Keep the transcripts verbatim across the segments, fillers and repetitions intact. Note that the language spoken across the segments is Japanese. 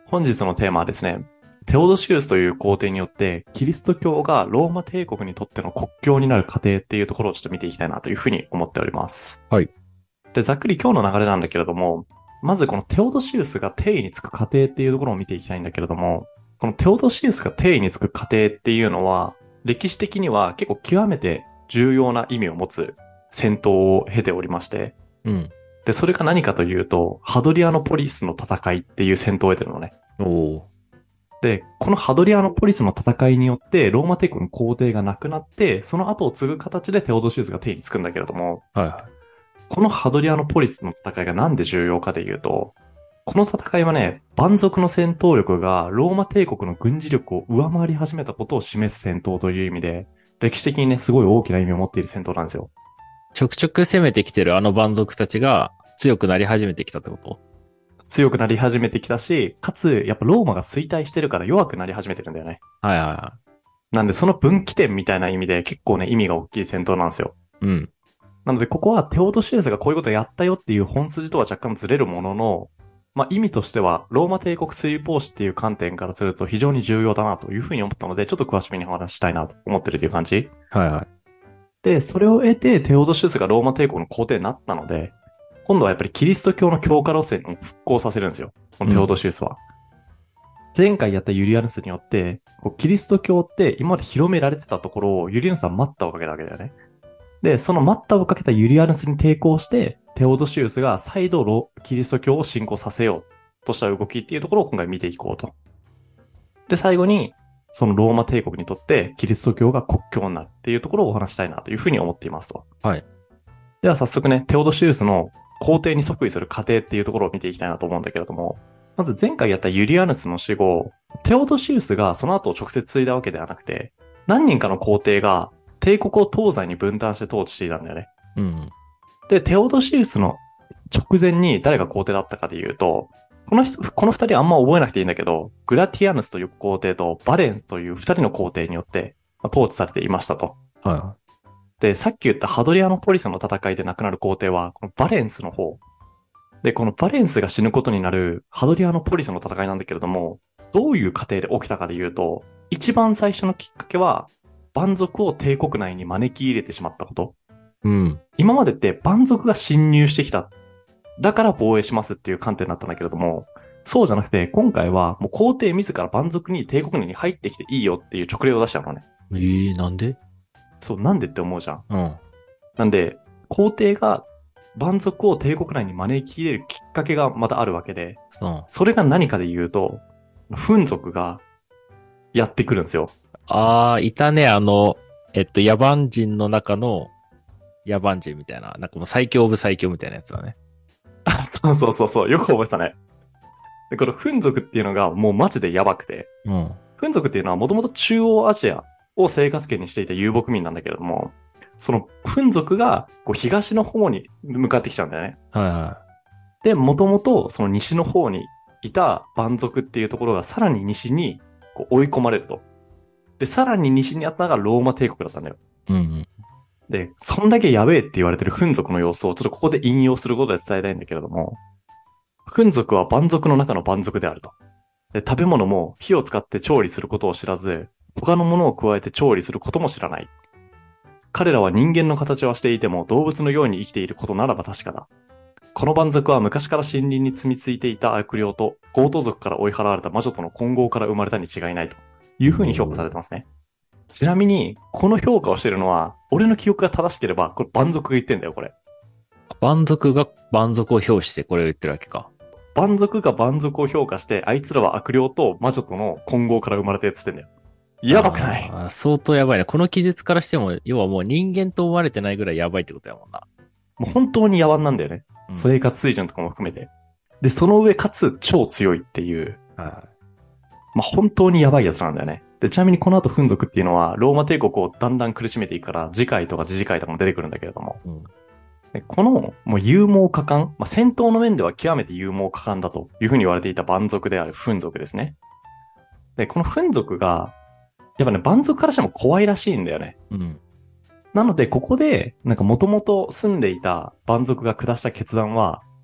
本日のテーマはですね、テオドシウスという皇帝によってキリスト教がローマ帝国にとっての国教になる過程っていうところをちょっと見ていきたいなというふうに思っております。 はい。 で、ざっくり今日の流れなんだけれども、まずこのテオドシウスが帝位につく過程っていうところを見ていきたいんだけれども、このテオドシウスが帝位につく過程っていうのは、歴史的には結構極めて重要な意味を持つ戦闘を経ておりまして、 うん。 で、それが何かというと、ハドリアノポリスの戦いっていう戦闘を得てるのね。 おお。 で、このハドリアノポリスの戦いによって、ローマ帝国の皇帝が亡くなって、その後を継ぐ形でテオドシウスが帝位につくんだけれども、 はいはこのハドリアノポリスの戦いがなんで重要かでいうと、この戦いはね、蛮族の戦闘力がローマ帝国の軍事力を上回り始めたことを示す戦闘という意味で、歴史的にね、すごい大きな意味を持っている戦闘なんですよ。 い。ちょくちょく攻めてきてるあの蛮族たちが強くなり始めてきたってこと？ 強くなり始めてきたし、かつ、やっぱローマが衰退してるから弱くなり始めてるんだよね。 はいはいはなんでその分岐点みたいな意味で結構ね、意味が大きい戦闘なんですよ。 い。うん。 なので、ここはテオドシウスがこういうことをやったよっていう本筋とは若干ずれるものの、まあ意味としては、ローマ帝国追放史っていう観点からすると非常に重要だなというふうに思ったので、ちょっと詳しめにお話ししたいなと思ってるという感じ。 はいはい。 で、それを得てテオドシウスがローマ帝国の皇帝になったので、今度はやっぱりキリスト教の強化路線を復興させるんですよ。このテオドシウスは。前回やったユリアヌスによって、こうキリスト教って今まで広められてたところをユリアヌスは待ったをかけたわけだよね。で、その待ったをかけたユリアヌスに抵抗して、テオドシウスが再度ロキリスト教を信仰させようとした動きっていうところを今回見ていこうと。で、最後に、そのローマ帝国にとってキリスト教が国教になるっていうところをお話したいなというふうに思っていますと。 はい。 では早速ね、テオドシウスの皇帝に即位する過程っていうところを見ていきたいなと思うんだけれども、まず前回やったユリアヌスの死後、テオドシウスがその後を直接継いだわけではなくて、何人かの皇帝が帝国を東西に分担して統治していたんだよね。 うん。 で、テオドシウスの直前に誰が皇帝だったかで言うと、この人、この二人あんま覚えなくていいんだけど、グラティアヌスという皇帝とバレンスという二人の皇帝によって統治されていましたと。 はいはで、さっき言ったハドリアノポリスの戦いで亡くなる皇帝は、このバレンスの方。で、このバレンスが死ぬことになるハドリアノポリスの戦いなんだけれども、どういう過程で起きたかで言うと、一番最初のきっかけは、蛮族を帝国内に招き入れてしまったこと。 い。うん。 今までって蛮族が侵入してきた。だから防衛しますっていう観点だったんだけれども、そうじゃなくて、今回はもう皇帝自ら蛮族に帝国内に入ってきていいよっていう直令を出したのね。 えー、なんで？ そう、なんでって思うじゃん。 うん。 なんで、皇帝が蛮族を帝国内に招き入れるきっかけがまたあるわけで、 そう。 それが何かで言うと、フン族がやってくるんですよ。 あー、いたね、あの、えっと、野蛮人の中の野蛮人みたいな。なんかもう最強オブ最強みたいなやつだね。 あ、そうそうそうそう、よく覚えてたね。で、このフン族っていうのがもうマジでやばくて、 うん。 フン族っていうのはもともと中央アジアを生活圏にしていた遊牧民なんだけれども、そのフン族がこう東の方に向かってきちゃうんだよね。 はいはで、もともとその西の方にいた蛮族っていうところがさらに西にこう追い込まれると。で、さらに西にあったのがローマ帝国だったんだよ。 い。うんうん。 で、そんだけやべえって言われてるフン族の様子をちょっとここで引用することで伝えたいんだけれども、フン族は蛮族の中の蛮族であると。で、食べ物も火を使って調理することを知らず、他のものを加えて調理することも知らない。彼らは人間の形はしていても動物のように生きていることならば確かだ。この蛮族は昔から森林に住み着いていた悪霊と強盗族から追い払われた魔女との混合から生まれたに違いないという風に評価されてますね。ちなみに、この評価をしているのは、俺の記憶が正しければ、これ蛮族が言ってんだよ、これ。 蛮族が蛮族を表してこれを言ってるわけか。 蛮族が蛮族を評価して、あいつらは悪霊と魔女との混合から生まれたやつってんだよ。やばくない？ あー、相当やばいね。この記述からしても、要はもう人間と思われてないぐらいやばいってことやもんな。 もう本当に野蛮なんだよね。 うん。 生活水準とかも含めて。で、その上かつ超強いっていう、 はまあ、本当にやばいやつなんだよね。で、ちなみにこの後フン族っていうのは、ローマ帝国をだんだん苦しめていくから、次回とか次次回とかも出てくるんだけれども。 い。うん。 でこの、もう勇猛果敢、まあ、戦闘の面では極めて勇猛果敢だというふうに言われていた蛮族であるフン族ですね。で、このフン族が、やっぱね、蛮族からしても怖いらしいんだよね。 うん。 なので、ここで、なんか元々住んでいた蛮族が下した決断は、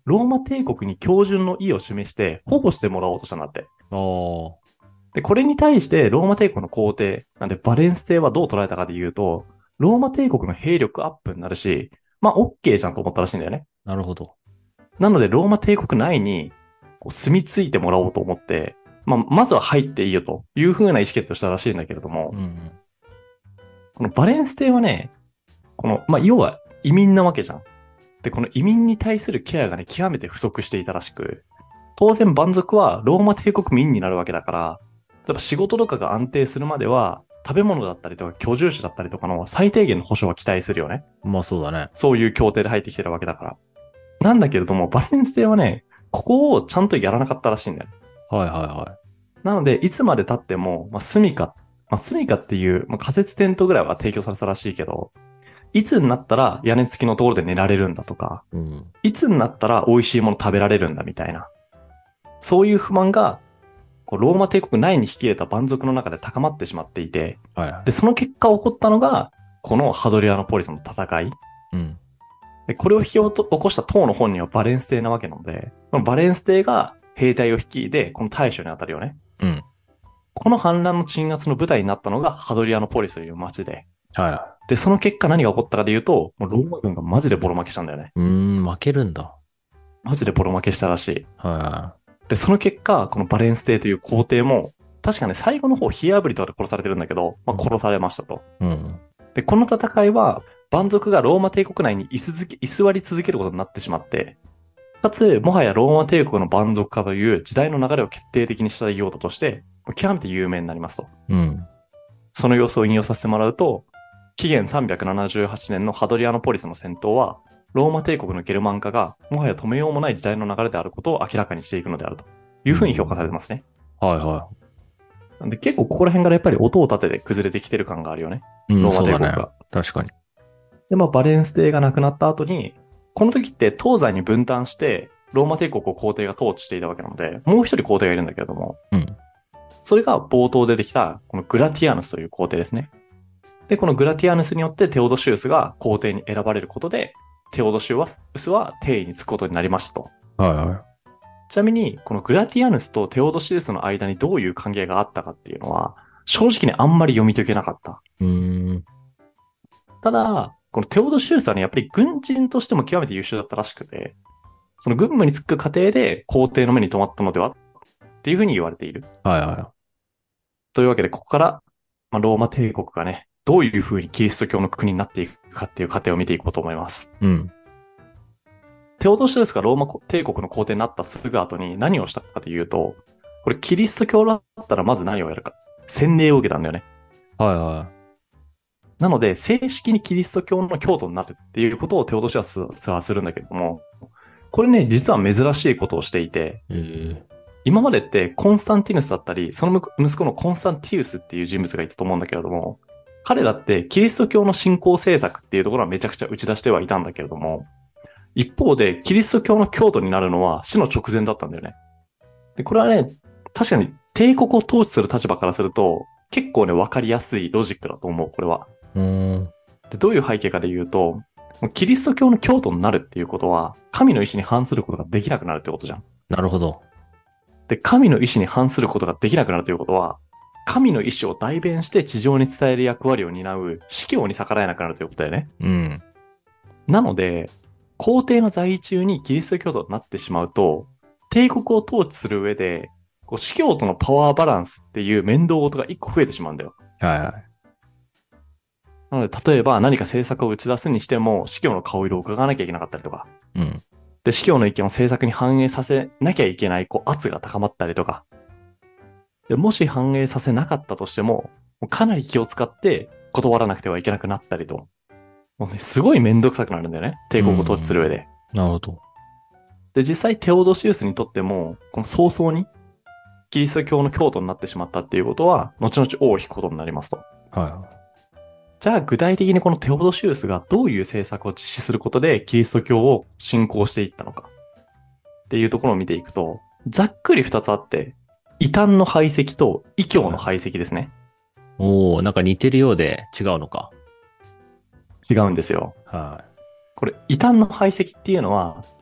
ローマ帝国に標準の意を示して保護してもらおうとしたんだって。 おー。 で、これに対してローマ帝国の皇帝、なんでバレンス帝はどう捉えたかで言うと、ローマ帝国の兵力アップになるし、まあ OK じゃんと思ったらしいんだよね。 なるほど。 なのでローマ帝国内にこう住み着いてもらおうと思って、まあまずは入っていいよという風な意思決定をしたらしいんだけれども、 うん。 このバレンス帝はね、この、まあ要は移民なわけじゃん。で、この移民に対するケアがね、極めて不足していたらしく、当然蛮族はローマ帝国民になるわけだから、例えば仕事とかが安定するまでは、食べ物だったりとか居住地だったりとかの最低限の保障は期待するよね。 まあそうだね。 そういう協定で入ってきてるわけだから。なんだけれども、バレンス帝はね、ここをちゃんとやらなかったらしいんだよね。 はいはいはなので、いつまで経っても、まあ、住みか、まあ、住みかっていう、まあ、仮設テントぐらいは提供されたらしいけど、いつになったら屋根付きのところで寝られるんだとか、 い。うん。 いつになったら美味しいもの食べられるんだみたいな。そういう不満が、こうローマ帝国内に引き入れた蛮族の中で高まってしまっていて、 はいはい。 で、その結果起こったのが、このハドリアノポリスの戦い。 うん。 で、これを引き起こした党の本人はバレンス帝なわけなので、このバレンス帝が兵隊を率いて、この対処に当たるよね。 うん。 この反乱の鎮圧の舞台になったのがハドリアノポリスという町で、 はいはで、その結果何が起こったかで言うと、もうローマ軍がマジでボロ負けしたんだよね。 い。うーん、負けるんだ。 マジでボロ負けしたらしい。 はいはで、その結果、このバレンス帝という皇帝も、確かね、最後の方、火炙りとかで殺されてるんだけど、まあ、殺されましたと。 い。うん。 で、この戦いは、蛮族がローマ帝国内に居続け、居座り続けることになってしまって、かつ、もはやローマ帝国の蛮族化という時代の流れを決定的にした用途として、極めて有名になりますと。 うん。 その様子を引用させてもらうと、紀元さんびゃくななじゅうはちねんのハドリアノポリスの戦闘は、ローマ帝国のゲルマン化が、もはや止めようもない時代の流れであることを明らかにしていくのであるというふうに評価されてますね。 はいはなんで結構ここら辺からやっぱり音を立てて崩れてきてる感があるよね。 い。うん、 ローマそうだね。 帝国が。 確かに。 で、まあバレンス帝が亡くなった後に、この時って東西に分担して、ローマ帝国を皇帝が統治していたわけなので、もう一人皇帝がいるんだけれども、 うん。 それが冒頭出てきた、このグラティアヌスという皇帝ですね。で、このグラティアヌスによってテオドシウスが皇帝に選ばれることで、テオドシウスは帝位につくことになりましたと。 はいはちなみに、このグラティアヌスとテオドシウスの間にどういう関係があったかっていうのは、正直にあんまり読み解けなかった。 い。うーん。 ただ、このテオドシウスはね、やっぱり軍人としても極めて優秀だったらしくて、その軍務に就く過程で皇帝の目に留まったのではっていうふうに言われている。 はいはというわけで、ここから、まあ、ローマ帝国がね、どういうふうにキリスト教の国になっていくかっていう過程を見ていこうと思います。 い。うん。 テオドシウスがローマ帝国の皇帝になったすぐ後に何をしたかというと、これキリスト教だったらまず何をやるか。洗礼を受けたんだよね。 はいはなので、正式にキリスト教の教徒になるっていうことをテオドシウスはするんだけれども、これね、実は珍しいことをしていて、 い。ええ今までってコンスタンティヌスだったり、その息子のコンスタンティウスっていう人物がいたと思うんだけれども、彼らってキリスト教の信仰政策っていうところはめちゃくちゃ打ち出してはいたんだけれども、一方でキリスト教の教徒になるのは死の直前だったんだよね。で、これはね、確かに帝国を統治する立場からすると、結構ね、わかりやすいロジックだと思う、これは。 うーん。 で、どういう背景かで言うと、キリスト教の教徒になるっていうことは、神の意志に反することができなくなるってことじゃん。 なるほど。 で、神の意志に反することができなくなるということは、神の意志を代弁して地上に伝える役割を担う司教に逆らえなくなるということだよね。 うん。 なので、皇帝の在位中にキリスト教徒になってしまうと、帝国を統治する上で、こう司教とのパワーバランスっていう面倒事が一個増えてしまうんだよ。 はいはい。 なので、例えば何か政策を打ち出すにしても、司教の顔色を伺わなきゃいけなかったりとか、 うん。 で、司教の意見を政策に反映させなきゃいけない、こう、圧が高まったりとか。で、もし反映させなかったとしても、もうかなり気を使って断らなくてはいけなくなったりと。もうね、すごいめんどくさくなるんだよね。帝国を統治する上で。 なるほど。 で、実際テオドシウスにとっても、この早々に、キリスト教の教徒になってしまったっていうことは、後々尾を引くことになりますと。 はいはじゃあ具体的にこのテオドシウスがどういう政策を実施することでキリスト教を信仰していったのかっていうところを見ていくと、ざっくり二つあって、異端の排斥と異教の排斥ですね。 い。おー、なんか似てるようで違うのか。 違うんですよ。 はこれ異端の排斥っていうのは、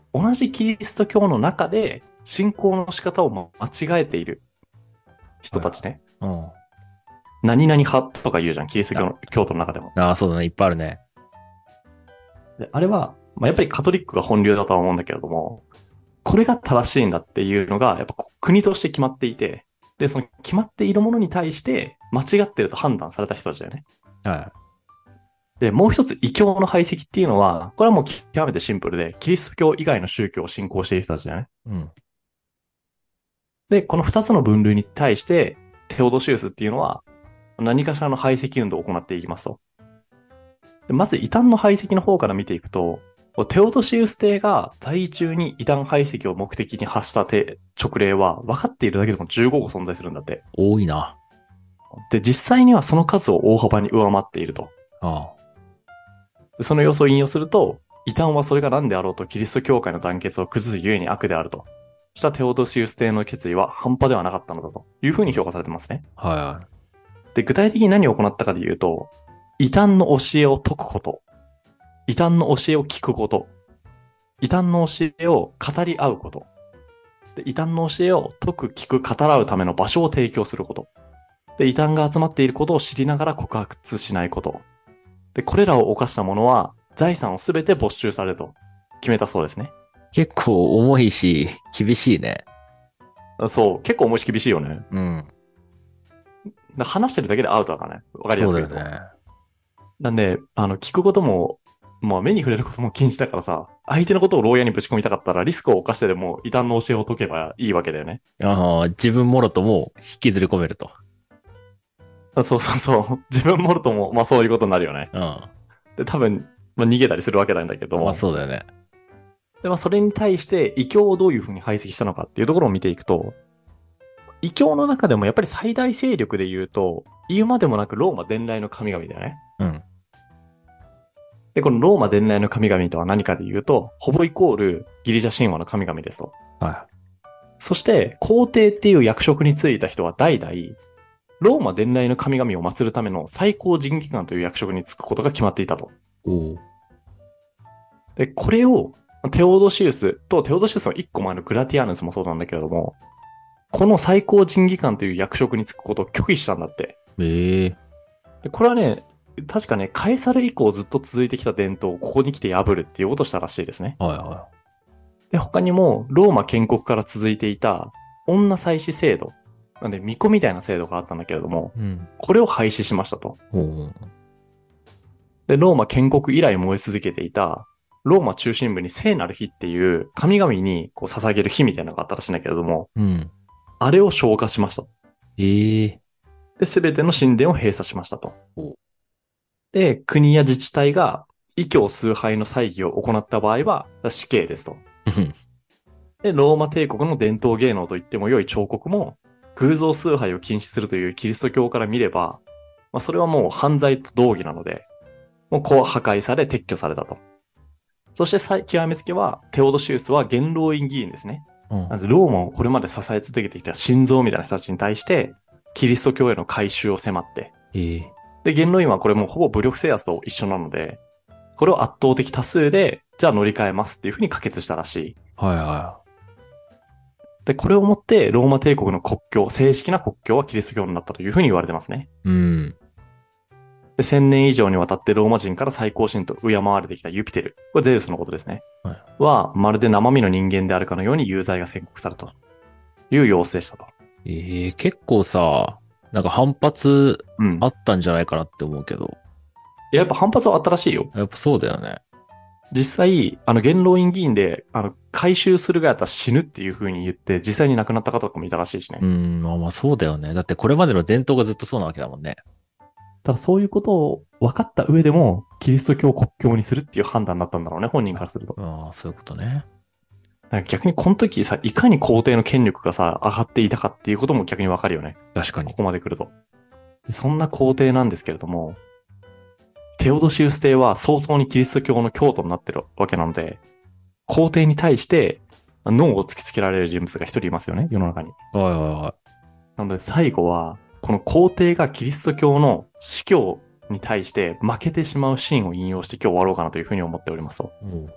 同じキリスト教の中で信仰の仕方を間違えている人たちね。 うん。 何々派とか言うじゃん、キリスト教の教徒の中でも。 ああ、そうだね。いっぱいあるね。 で、あれは、まあ、やっぱりカトリックが本流だとは思うんだけれども、これが正しいんだっていうのが、やっぱ国として決まっていて、で、その決まっているものに対して間違ってると判断された人たちだよね。 はで、もう一つ異教の排斥っていうのは、これはもう極めてシンプルで、キリスト教以外の宗教を信仰している人たちだよね。 い。うん。 で、この二つの分類に対して、テオドシウスっていうのは、何かしらの排斥運動を行っていきますと。でまず異端の排斥の方から見ていくと、テオドシウス帝が在位中に異端排斥を目的に発した直令は分かっているだけでもじゅうごこ存在するんだって。 多いな。 で、実際にはその数を大幅に上回っていると。 あでその様子を引用すると、異端はそれが何であろうとキリスト教会の団結を崩すゆえに悪であると。したテオドシウス帝の決意は半端ではなかったのだというふうに評価されてますね。 あ。はいはい。 で、具体的に何を行ったかで言うと、異端の教えを説くこと、異端の教えを聞くこと、異端の教えを語り合うこと、で異端の教えを説く、聞く、語らうための場所を提供すること、で異端が集まっていることを知りながら告発しないこと、でこれらを犯した者は財産をすべて没収されると決めたそうですね。 結構重いし、厳しいね。 そう、結構重いし厳しいよね。 うん。 だ話してるだけでアウトだからね。わかりやすく言うと。 そうだよね。 なんで、あの、聞くことも、まあ目に触れることも禁止だからさ、相手のことを牢屋にぶち込みたかったらリスクを冒してでも異端の教えを解けばいいわけだよね。 ああ、自分もろとも引きずり込めると。 そうそうそう。自分もろとも、まあそういうことになるよね。 うん。 で、多分、まあ逃げたりするわけなんだけども。 まあそうだよね。 で、まあそれに対して異教をどういうふうに排斥したのかっていうところを見ていくと、異教の中でもやっぱり最大勢力で言うと、言うまでもなくローマ伝来の神々だよね。 うん。 で、このローマ伝来の神々とは何かで言うと、ほぼイコールギリシャ神話の神々ですと。 はそして、皇帝っていう役職に就いた人は代々、ローマ伝来の神々を祀るための最高神技官という役職に就くことが決まっていたと。 い。おう。 で、これを、テオドシウスと、テオドシウスの一個前のグラティアヌスもそうなんだけれども、この最高神技官という役職に就くことを拒否したんだって。 ええでこれはね、確かね、カエサル以降ずっと続いてきた伝統をここに来て破るっていうことをしたらしいですね。 はいはで、他にも、ローマ建国から続いていた、女祭祀制度。なんで、巫女みたいな制度があったんだけれども、 い。うん。 これを廃止しましたと。 おう。 で、ローマ建国以来燃え続けていた、ローマ中心部に聖なる日っていう神々にこう捧げる日みたいなのがあったらしいんだけれども、 うん。 あれを消化しました。 ええで、すべての神殿を閉鎖しましたとお。 で、国や自治体が異教崇拝の祭儀を行った場合は死刑ですと。 うんで、ローマ帝国の伝統芸能と言っても良い彫刻も偶像崇拝を禁止するというキリスト教から見れば、まあ、それはもう犯罪と同義なので、もうこう破壊され撤去されたと。そして最極めつけは、テオドシウスは元老院議員ですね。 うんなんでローマをこれまで支え続けてきた心臓みたいな人たちに対して、キリスト教への改宗を迫って、 ええで、元老院はこれもうほぼ武力制圧と一緒なので、これを圧倒的多数で、じゃあ乗り換えますっていうふうに可決したらしい。 はいはで、これをもって、ローマ帝国の国教、正式な国教はキリスト教になったというふうに言われてますね。 い。うん。 で、千年以上にわたってローマ人から最高神と敬われてきたユピテル。これゼウスのことですね。 はいは、まるで生身の人間であるかのように有罪が宣告されたという様子でしたと。 ええ結構さ、なんか反発うん。 あったんじゃないかなって思うけど。 いややっぱ反発はあったらしいよ。 やっぱそうだよね。 実際、あの、元老院議員で、あの、回収するがやったら死ぬっていう風に言って、実際に亡くなった方とかもいたらしいしね。 うん、まあまあそうだよね。だってこれまでの伝統がずっとそうなわけだもんね。 ただそういうことを分かった上でも、キリスト教を国教にするっていう判断になったんだろうね、本人からすると。 ああ、そういうことね。 なんか逆にこの時さ、いかに皇帝の権力がさ、上がっていたかっていうことも逆に分かるよね。 確かにこ。こまで来ると。でそんな皇帝なんですけれども、テオドシウス帝は早々にキリスト教の教徒になってるわけなので、皇帝に対して脳を突きつけられる人物が一人いますよね、世の中に。 はいはいはなので最後は、この皇帝がキリスト教の司教に対して負けてしまうシーンを引用して今日終わろうかなというふうに思っておりますと。 い。も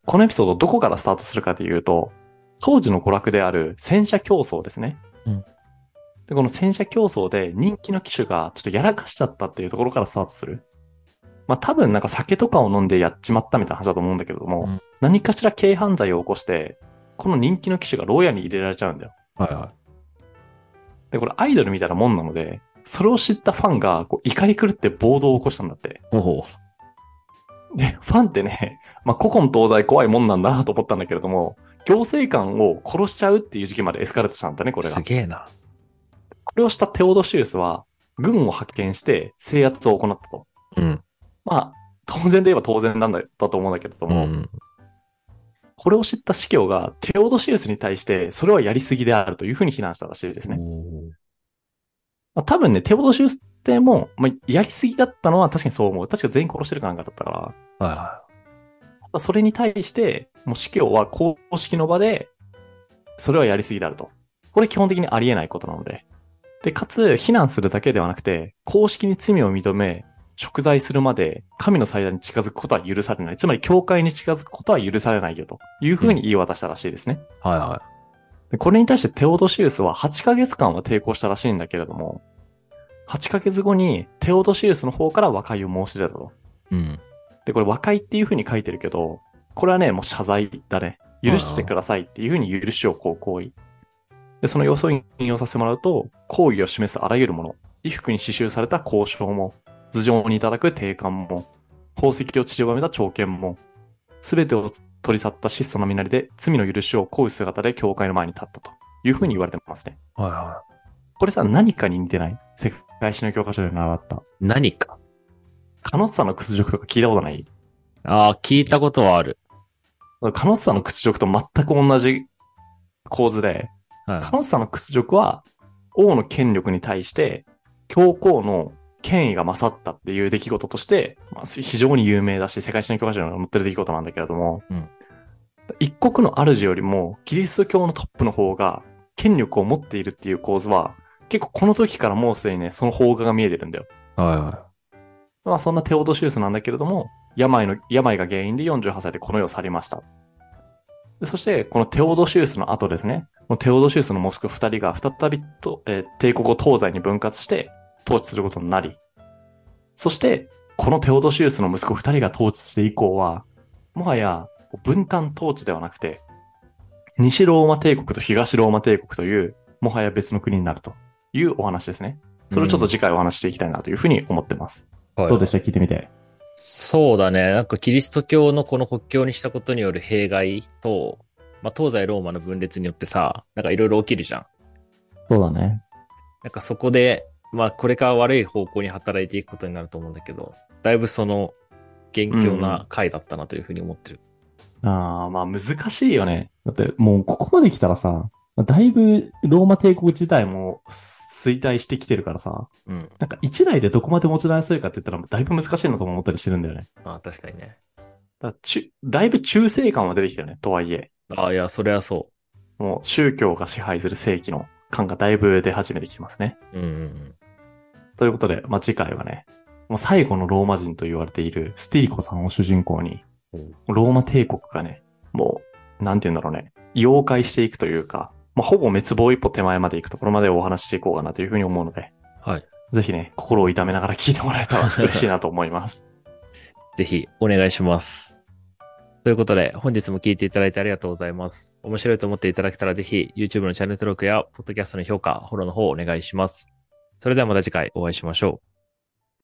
このエピソードどこからスタートするかというと、当時の娯楽である戦車競争ですね。 うん。 で、この戦車競争で人気の騎手がちょっとやらかしちゃったっていうところからスタートする。まあ多分なんか酒とかを飲んでやっちまったみたいな話だと思うんだけれども、 うん、 何かしら軽犯罪を起こして、この人気の騎手が牢屋に入れられちゃうんだよ。 はいはで、これアイドルみたいなもんなので、それを知ったファンがこう怒り狂って暴動を起こしたんだって。 い。おお。 で、ファンってね、まあ古今東西怖いもんなんだなと思ったんだけれども、行政官を殺しちゃうっていう時期までエスカレートしたんだね、これが。 すげえな。 これをしたテオドシウスは、軍を派遣して制圧を行ったと。 うん。 まあ、当然で言えば当然なんだ、だと思うんだけれども、 うん。 これを知った司教がテオドシウスに対してそれはやりすぎであるというふうに非難したらしいですね。 おまあ、多分ね、テオドシウスっても、まあ、やりすぎだったのは確かにそう思う。確か全員殺してるかなんかだったから、 はいはそれに対して、もう司教は公式の場で、それはやりすぎであると。これ基本的にありえないことなので。で、かつ、非難するだけではなくて、公式に罪を認め、贖罪するまで、神の祭壇に近づくことは許されない。つまり、教会に近づくことは許されないよというふうに言い渡したらしいですね。 い。はいはでこれに対してテオドシウスははちかげつかんは抵抗したらしいんだけれども、はちかげつごにテオドシウスの方から和解を申し出たと。 い。うん。 で、これ和解っていう風に書いてるけど、これはね、もう謝罪だね。許してくださいっていう風に許しをこう行為。で、その様子を引用させてもらうと、抗議を示すあらゆるもの、衣服に刺繍された交渉も、頭上にいただく定冠も、宝石を散りばめた長剣も、すべてを取り去った質素な身なりで罪の許しを請う姿で教会の前に立ったという風に言われてますね。 はいはこれさ、何かに似てない？世界史の教科書で習った。 い。何か。 カノッサの屈辱とか聞いたことない？ ああ、聞いたことはある。 カノッサの屈辱と全く同じ構図で、 はいカノッサの屈辱は王の権力に対して教皇の権威が勝ったっていう出来事として、まあ、非常に有名だし、世界史の教科書に載ってる出来事なんだけれども、 うん、 一国の主よりもキリスト教のトップの方が権力を持っているっていう構図は、結構この時からもうすでにね、その方が見えてるんだよ。 はいはまあそんなテオドシウスなんだけれども、病の、病が原因でよんじゅうはっさいでこの世を去りました。でそして、このテオドシウスの後ですね、このテオドシウスの息子二人が再びと、えー帝国を東西に分割して統治することになり、そして、このテオドシウスの息子二人が統治して以降は、もはや分担統治ではなくて、西ローマ帝国と東ローマ帝国という、もはや別の国になるというお話ですね。それをちょっと次回お話していきたいなというふうに思ってます。 い。はいどうでした？聞いてみて。 そうだね。なんかキリスト教のこの国教にしたことによる弊害と、まあ、東西ローマの分裂によってさ、なんかいろいろ起きるじゃん。 そうだね。 なんかそこで、まあこれから悪い方向に働いていくことになると思うんだけど、だいぶその元凶な回だったなというふうに思ってる。 ああ、まあ難しいよね。だってもうここまで来たらさ、だいぶローマ帝国自体も衰退してきてるからさ、 うん。 なんか一代でどこまで持ち直せるかって言ったらだいぶ難しいなとも思ったりしてるんだよね。 まあ確かにね。 だからちゅだいぶ中世感は出てきたよね、とはいえ。 ああ、いや、それはそもう宗教が支配する世紀の感がだいぶ出始めてきてますね。 う。うんうんということで、まあ、次回はね、もう最後のローマ人と言われているスティリコさんを主人公に、ローマ帝国がね、もう、なんて言うんだろうね、妖怪していくというか、まあ、ほぼ滅亡一歩手前まで行くところまでお話ししていこうかなというふうに思うので、 はい。 ぜひね、心を痛めながら聞いてもらえたら嬉しいなと思います。 ぜひお願いします。ということで、本日も聞いていただいてありがとうございます。面白いと思っていただけたらぜひ YouTube のチャンネル登録や Podcast の評価、フォローの方をお願いします。それではまた次回お会いしましょう。